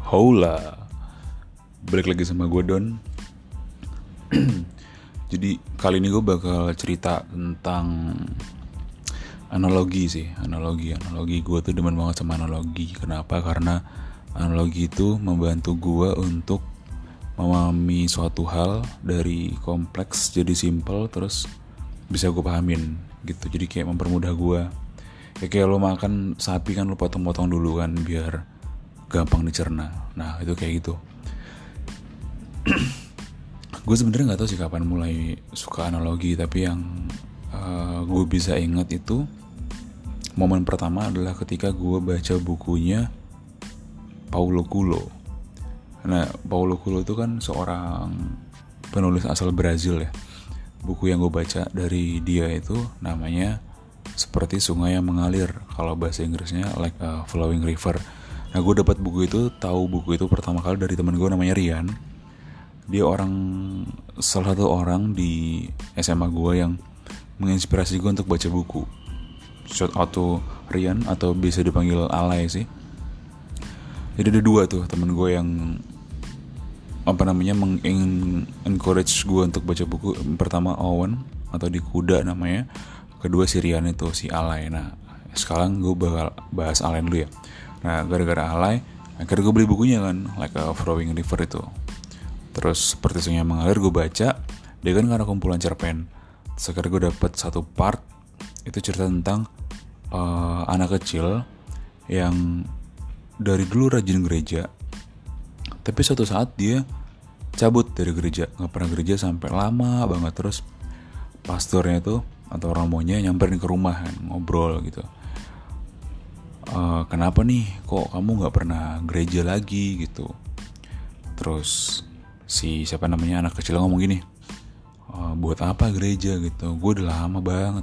Hola, balik lagi sama gue Don. Jadi kali ini gue bakal cerita tentang analogi sih. Analogi gue tuh demen banget sama analogi. Kenapa? Karena analogi itu membantu gue untuk memahami suatu hal dari kompleks jadi simple, terus bisa gue pahamin gitu. Jadi kayak mempermudah gue. Ya kayak lo makan sapi kan, lo potong-potong dulu kan biar gampang dicerna. Nah itu kayak gitu. Gue sebenarnya nggak tahu sih kapan mulai suka analogi, tapi yang gue bisa ingat itu momen pertama adalah ketika gue baca bukunya Paulo Coelho. Nah, Paulo Coelho itu kan seorang penulis asal Brazil ya. Buku yang gue baca dari dia itu namanya Seperti Sungai Yang Mengalir. Kalau bahasa Inggrisnya Like a Flowing River. Nah, gue dapat tahu buku itu pertama kali dari teman gue namanya Rian. Dia salah satu orang di SMA gue yang menginspirasi gue untuk baca buku. Shout out to Rian, atau bisa dipanggil Alay sih. Jadi ada dua tuh teman gue yang encourage gue untuk baca buku. Pertama Owen atau di Kuda namanya. Kedua si Rian itu, si Alay. Nah, sekarang gue bakal bahas Alay dulu ya. Nah, gara-gara Alay, akhirnya gue beli bukunya kan, Like a Flowing River itu. Terus Seperti Sungai Yang Mengalir gue baca. Dia kan karena kumpulan cerpen. Terus akhirnya gue dapet satu part, itu cerita tentang anak kecil yang dari dulu rajin gereja, tapi suatu saat dia cabut dari gereja, gak pernah gereja sampai lama banget. Terus pastornya tuh atau romonya nyamperin ke rumah kan, ngobrol gitu. Kenapa nih kok kamu gak pernah gereja lagi gitu. Terus si anak kecil ngomong gini, buat apa gereja gitu, gue udah lama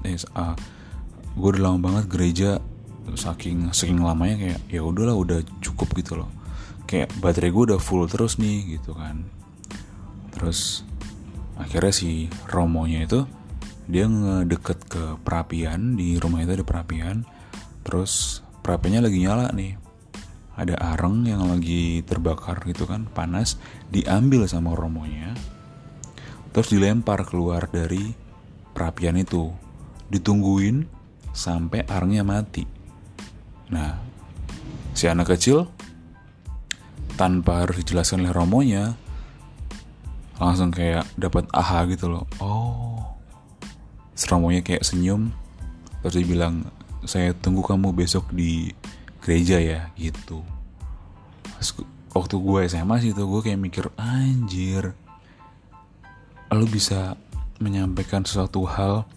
banget gereja, saking lamanya kayak ya udahlah, udah cukup gitu loh, kayak baterai gue udah full terus nih gitu kan. Terus akhirnya si romonya itu dia ngedeket ke perapian, di rumah itu ada perapian. Terus perapiannya lagi nyala nih, ada areng yang lagi terbakar gitu kan, panas, diambil sama romonya, terus dilempar keluar dari perapian itu, ditungguin sampai arengnya mati. Nah, si anak kecil tanpa harus dijelaskan oleh romonya langsung kayak dapat aha gitu loh. Oh, romonya kayak senyum, terus dia bilang, saya tunggu kamu besok di gereja ya gitu. Waktu gue SMA sih tuh gue kayak mikir, anjir, lu bisa menyampaikan sesuatu hal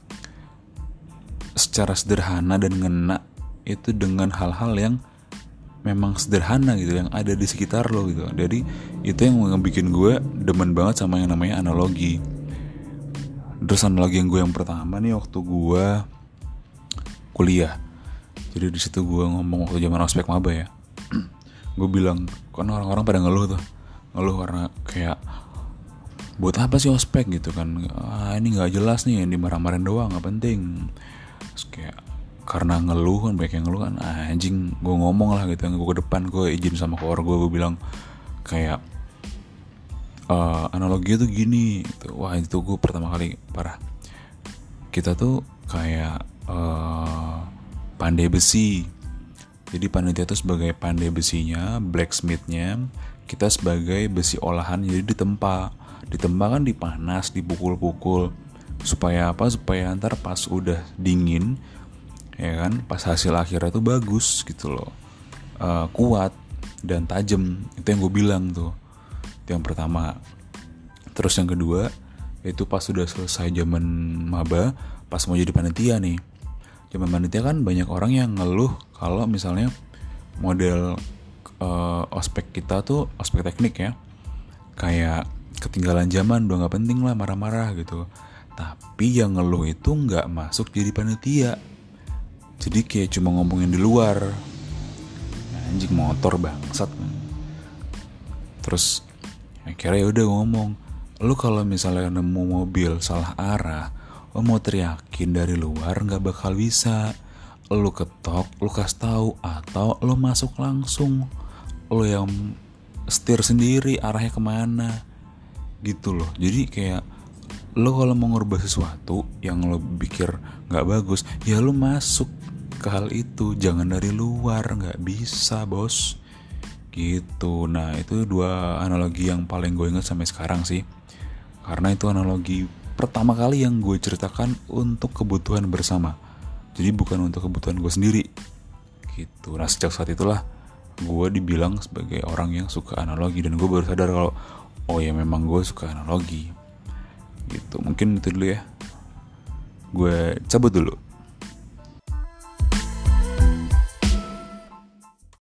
secara sederhana dan ngena itu dengan hal-hal yang memang sederhana gitu, yang ada di sekitar lo gitu. Jadi itu yang ngebikin gue demen banget sama yang namanya analogi. Terus analogi yang pertama nih waktu gue kuliah. Jadi di situ gue ngomong waktu zaman ospek maba ya. Gue bilang, kan orang-orang pada ngeluh karena kayak buat apa sih ospek gitu kan, ini nggak jelas nih, yang dimarah-marahin doang, nggak penting. Terus kayak karena ngeluh kan, banyak yang ngeluh kan, anjing, gue ngomong lah gitu. Gue ke depan, gue izin sama koor gue bilang kayak analogi itu gini gitu. Wah, itu gue pertama kali parah. Kita tuh kayak pandai besi. Jadi panitia itu sebagai pandai besinya, blacksmithnya, kita sebagai besi olahan. Jadi ditempa kan, dipanas, dipukul-pukul. Supaya apa? Supaya ntar pas udah dingin, ya kan, pas hasil akhirnya tuh bagus gitu loh, kuat dan tajam. Itu yang gue bilang tuh. Itu yang pertama. Terus yang kedua, itu pas udah selesai zaman maba, pas mau jadi panitia nih. Zaman panitia kan banyak orang yang ngeluh kalau misalnya model ospek kita tuh ospek teknik ya, kayak ketinggalan zaman, udah gak penting lah marah-marah gitu. Tapi yang ngeluh itu gak masuk jadi panitia, jadi kayak cuma ngomongin di luar. Anjing, motor bangsat. Terus akhirnya udah ngomong, lu kalau misalnya nemu mobil salah arah, lo mau teriakin dari luar gak bakal bisa. Lo ketok, lo kasih tahu, atau lo masuk langsung. Lo yang setir sendiri arahnya kemana gitu loh. Jadi kayak lo kalau mau ngerubah sesuatu yang lo pikir nggak bagus, ya lo masuk ke hal itu, jangan dari luar. Nggak bisa bos gitu. Nah itu dua analogi yang paling gue ingat sampai sekarang sih, karena itu analogi pertama kali yang gue ceritakan untuk kebutuhan bersama, jadi bukan untuk kebutuhan gue sendiri gitu. Nah sejak saat itulah gue dibilang sebagai orang yang suka analogi, dan gue baru sadar kalau oh ya memang gue suka analogi gitu. Mungkin itu dulu ya, gue cabut dulu.